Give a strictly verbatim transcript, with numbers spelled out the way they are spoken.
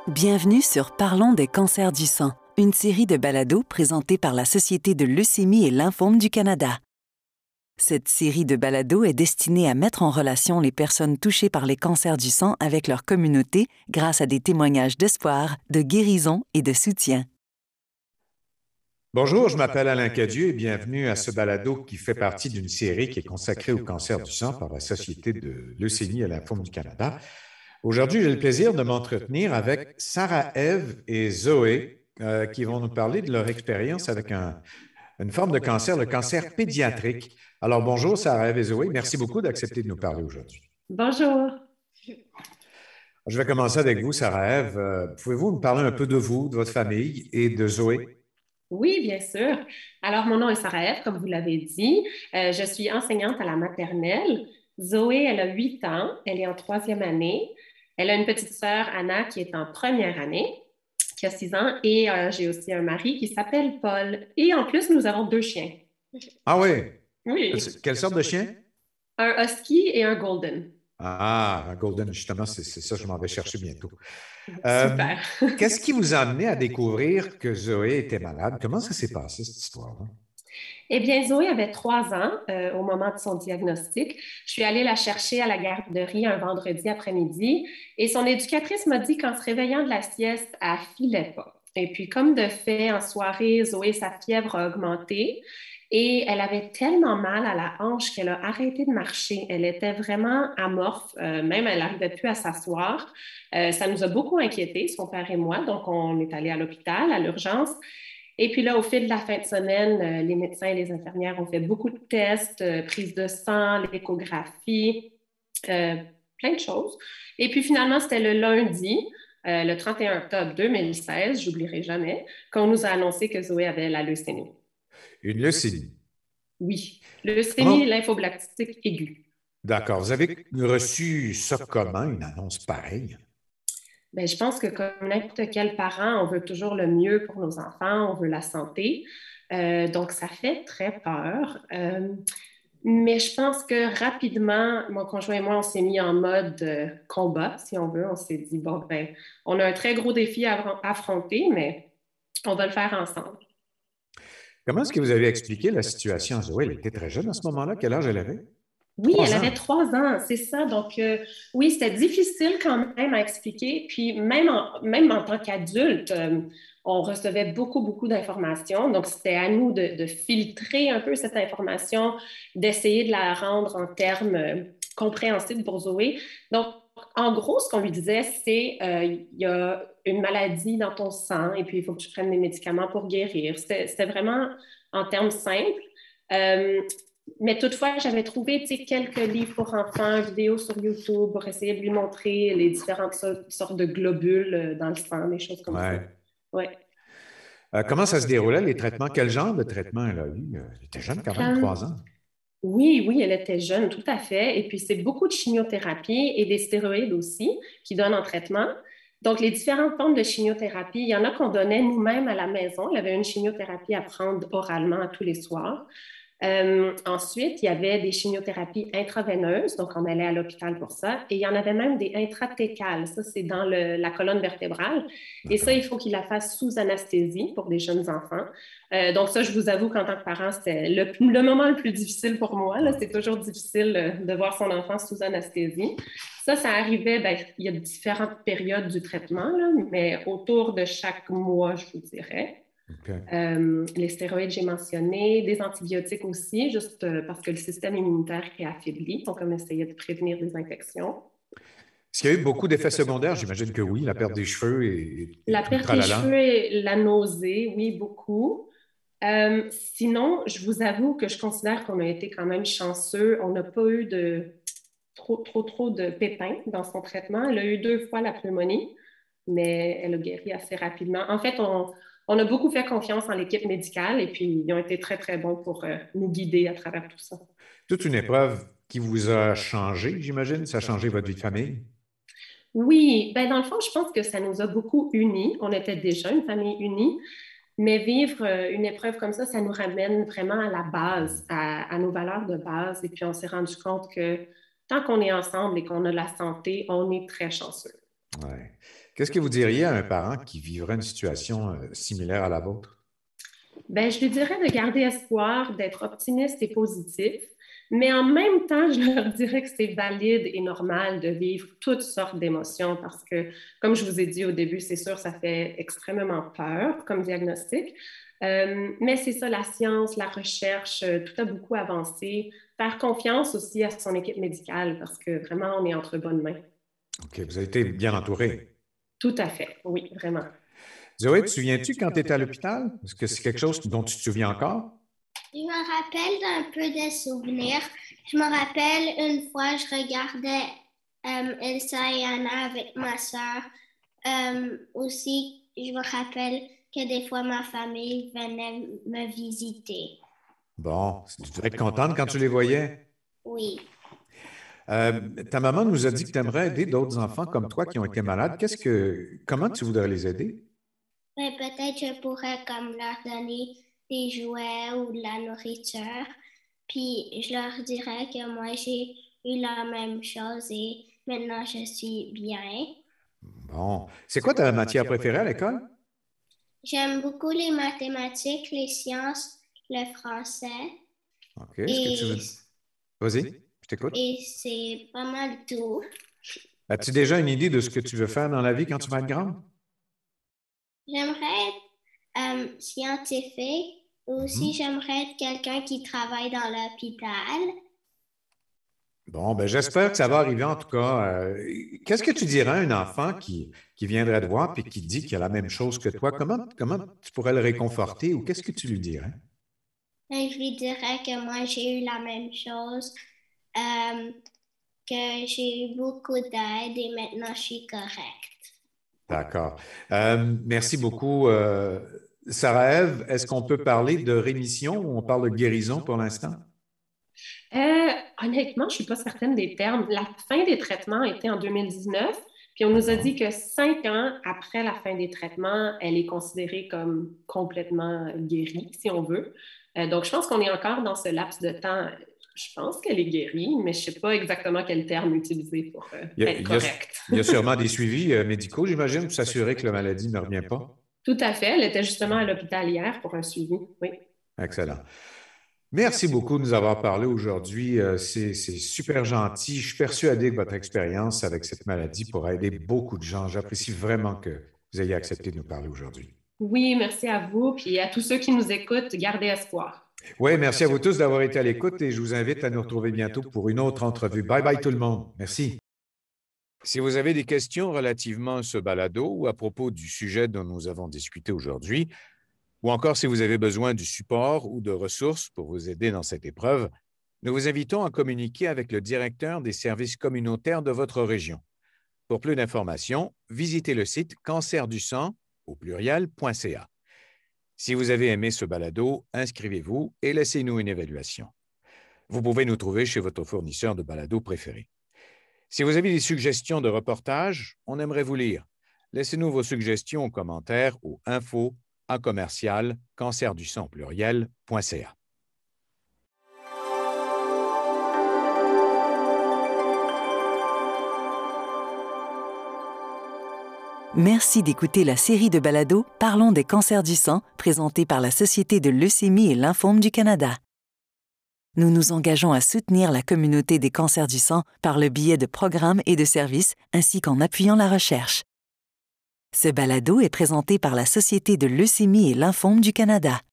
Bienvenue sur Parlons des cancers du sang, une série de balados présentée par la Société de leucémie et lymphome du Canada. Cette série de balados est destinée à mettre en relation les personnes touchées par les cancers du sang avec leur communauté grâce à des témoignages d'espoir, de guérison et de soutien. Bonjour, je m'appelle Alain Cadieux et bienvenue à ce balado qui fait partie d'une série qui est consacrée au cancer du sang par la Société de leucémie et lymphome du Canada. Aujourd'hui, j'ai le plaisir de m'entretenir avec Sarah-Ève et Zoé euh, qui vont nous parler de leur expérience avec un, une forme de cancer, le cancer pédiatrique. Alors bonjour Sarah-Ève et Zoé, merci beaucoup d'accepter de nous parler aujourd'hui. Bonjour. Je vais commencer avec vous, Sarah-Ève. Euh, pouvez-vous me parler un peu de vous, de votre famille et de Zoé? Oui, bien sûr. Alors, mon nom est Sarah-Ève, comme vous l'avez dit. Euh, je suis enseignante à la maternelle. Zoé, elle a huit ans. Elle est en troisième année. Elle a une petite sœur, Anna, qui est en première année, qui a six ans. Et euh, j'ai aussi un mari qui s'appelle Paul. Et en plus, nous avons deux chiens. Ah oui? Oui. Quelle sorte de chien? Un husky et un golden. Ah, un golden, justement, c'est ça, je m'en vais chercher bientôt. Super. Euh, Qu'est-ce qui vous a amené à découvrir que Zoé était malade? Comment ça s'est passé, cette histoire-là? Eh bien, Zoé avait trois ans euh, au moment de son diagnostic. Je suis allée la chercher à la garderie un vendredi après-midi et son éducatrice m'a dit qu'en se réveillant de la sieste, elle ne filait pas. Et puis, comme de fait, en soirée, Zoé, sa fièvre a augmenté et elle avait tellement mal à la hanche qu'elle a arrêté de marcher. Elle était vraiment amorphe, euh, même elle n'arrivait plus à s'asseoir. Euh, ça nous a beaucoup inquiétés, son père et moi, donc on est allé à l'hôpital, à l'urgence. Et puis là, au fil de la fin de semaine, euh, les médecins et les infirmières ont fait beaucoup de tests, euh, prise de sang, l'échographie, euh, plein de choses. Et puis finalement, c'était le lundi, euh, le trente et un octobre deux mille seize, j'oublierai jamais, qu'on nous a annoncé que Zoé avait la leucémie. Une leucémie. Oui, leucémie Comment? lymphoblastique aiguë. D'accord. Vous avez reçu ça comment, une annonce pareille? Bien, je pense que comme n'importe quel parent, on veut toujours le mieux pour nos enfants, on veut la santé. Euh, donc, ça fait très peur. Euh, mais je pense que rapidement, mon conjoint et moi, on s'est mis en mode euh, combat, si on veut. On s'est dit, bon, ben, on a un très gros défi à affronter, mais on va le faire ensemble. Comment est-ce que vous avez expliqué la situation à Zoé? Elle était très jeune à ce moment-là. Quel âge elle avait? Oui, elle Trois ans. avait trois ans, c'est ça. Donc, euh, oui, c'était difficile quand même à expliquer. Puis, même en, même en tant qu'adulte, euh, on recevait beaucoup, beaucoup d'informations. Donc, c'était à nous de, de filtrer un peu cette information, d'essayer de la rendre en termes euh, compréhensibles pour Zoé. Donc, en gros, ce qu'on lui disait, c'est euh, il y a une maladie dans ton sang et puis il faut que tu prennes des médicaments pour guérir. C'était, c'était vraiment en termes simples. Euh, mais toutefois, j'avais trouvé quelques livres pour enfants, vidéos sur YouTube pour essayer de lui montrer les différentes so- sortes de globules euh, dans le sang, des choses comme ça. Ouais. Ouais. Euh, comment ça se déroulait, les traitements? Quel genre de traitement elle a eu? Elle était jeune quand même, Euh, trois ans. oui, oui, elle était jeune, tout à fait. Et puis, c'est beaucoup de chimiothérapie et des stéroïdes aussi qui donnent en traitement. Donc, les différentes formes de chimiothérapie, il y en a qu'on donnait nous-mêmes à la maison. Il y avait une chimiothérapie à prendre oralement tous les soirs. Euh, ensuite, il y avait des chimiothérapies intraveineuses, donc on allait à l'hôpital pour ça. Et il y en avait même des intrathecales, ça c'est dans le, la colonne vertébrale. Et ça, il faut qu'il la fasse sous anesthésie pour des jeunes enfants. Euh, donc ça, je vous avoue qu'en tant que parent, c'était le, le moment le plus difficile pour moi. Là. C'est toujours difficile de voir son enfant sous anesthésie. Ça, ça arrivait, ben, il y a différentes périodes du traitement, là, mais autour de chaque mois, je vous dirais. Okay. Euh, les stéroïdes, j'ai mentionné, des antibiotiques aussi, juste euh, parce que le système immunitaire est affaibli. Donc, on essayait de prévenir des infections. Est-ce qu'il y a eu beaucoup d'effets secondaires? J'imagine que oui, la perte des cheveux et, et La tout le perte des tralala. cheveux et la nausée, oui, beaucoup. Euh, sinon, je vous avoue que je considère qu'on a été quand même chanceux. On n'a pas eu de trop, trop, trop de pépins dans son traitement. Elle a eu deux fois la pneumonie, mais elle a guéri assez rapidement. En fait, on, on a beaucoup fait confiance en l'équipe médicale et puis ils ont été très, très bons pour euh, nous guider à travers tout ça. Toute une épreuve qui vous a changé, j'imagine? Ça a changé votre vie de famille? Oui, ben dans le fond, je pense que ça nous a beaucoup unis. On était déjà une famille unie, mais vivre euh, une épreuve comme ça, ça nous ramène vraiment à la base, à, à nos valeurs de base. Et puis, on s'est rendu compte que tant qu'on est ensemble et qu'on a la santé, on est très chanceux. Ouais. Qu'est-ce que vous diriez à un parent qui vivrait une situation euh, similaire à la vôtre? Ben, je lui dirais de garder espoir, d'être optimiste et positif, mais en même temps, je leur dirais que c'est valide et normal de vivre toutes sortes d'émotions parce que, comme je vous ai dit au début, c'est sûr, ça fait extrêmement peur comme diagnostic. Euh, mais c'est ça, la science, la recherche, euh, tout a beaucoup avancé. Faire confiance aussi à son équipe médicale parce que vraiment, on est entre bonnes mains. OK, vous avez été bien entouré. Tout à fait, oui, vraiment. Zoé, te souviens-tu quand tu étais à l'hôpital? Est-ce que c'est quelque chose dont tu te souviens encore? Je me rappelle d'un peu de souvenirs. Je me rappelle une fois, je regardais euh, Elsa et Anna avec ma sœur. Euh, aussi, je me rappelle que des fois, ma famille venait me visiter. Bon, tu devrais être contente quand tu les voyais. Oui. Euh, ta maman nous a dit que tu aimerais aider d'autres enfants comme toi qui ont été malades. Qu'est-ce que, comment tu voudrais les aider? Mais peut-être je pourrais comme leur donner des jouets ou de la nourriture. Puis je leur dirais que moi, j'ai eu la même chose et maintenant, je suis bien. Bon, c'est quoi ta matière préférée à l'école? J'aime beaucoup les mathématiques, les sciences, le français. OK, est-ce que tu Et, veux... Vas-y, je t'écoute. et c'est pas mal tout. As-tu déjà une idée de ce que tu veux faire dans la vie quand tu vas être grande? J'aimerais être euh, scientifique. Aussi, Mhm. j'aimerais être quelqu'un qui travaille dans l'hôpital. Bon, ben j'espère que ça va arriver en tout cas. Euh, qu'est-ce que tu dirais à un enfant qui, qui viendrait te voir et qui dit qu'il a la même chose que toi? Comment, comment tu pourrais le réconforter ou qu'est-ce que tu lui dirais? Et je lui dirais que moi, j'ai eu la même chose, euh, que j'ai eu beaucoup d'aide et maintenant, je suis correcte. D'accord. Euh, merci beaucoup. Euh, Sarah-Ève, est-ce qu'on peut parler de rémission ou on parle de guérison pour l'instant? Euh, honnêtement, je ne suis pas certaine des termes. La fin des traitements était en deux mille dix-neuf, puis on nous a dit que cinq ans après la fin des traitements, elle est considérée comme complètement guérie, si on veut. Euh, donc, je pense qu'on est encore dans ce laps de temps. Je pense qu'elle est guérie, mais je ne sais pas exactement quel terme utiliser pour euh, Il y a, être il y a- correcte. il y a sûrement des suivis euh, médicaux, j'imagine, pour s'assurer que la maladie ne revient pas. Tout à fait. Elle était justement à l'hôpital hier pour un suivi. Oui. Excellent. Merci beaucoup de nous avoir parlé aujourd'hui. Euh, C'est c'est super gentil. Je suis persuadé que votre expérience avec cette maladie pourra aider beaucoup de gens. J'apprécie vraiment que vous ayez accepté de nous parler aujourd'hui. Oui, merci à vous. Puis à tous ceux qui nous écoutent, gardez espoir. Oui, merci à vous tous d'avoir été à l'écoute et je vous invite à nous retrouver bientôt pour une autre entrevue. Bye bye tout le monde. Merci. Si vous avez des questions relativement à ce balado ou à propos du sujet dont nous avons discuté aujourd'hui, ou encore si vous avez besoin du support ou de ressources pour vous aider dans cette épreuve, nous vous invitons à communiquer avec le directeur des services communautaires de votre région. Pour plus d'informations, visitez le site cancer du sang au pluriel.ca. Si vous avez aimé ce balado, inscrivez-vous et laissez-nous une évaluation. Vous pouvez nous trouver chez votre fournisseur de balado préféré. Si vous avez des suggestions de reportages, on aimerait vous lire. Laissez-nous vos suggestions en commentaire au info à commercial cancerdusang pluriel.ca. Merci d'écouter la série de balados Parlons des cancers du sang, présentée par la Société de leucémie et lymphome du Canada. Nous nous engageons à soutenir la communauté des cancers du sang par le biais de programmes et de services, ainsi qu'en appuyant la recherche. Ce balado est présenté par la Société de leucémie et lymphome du Canada.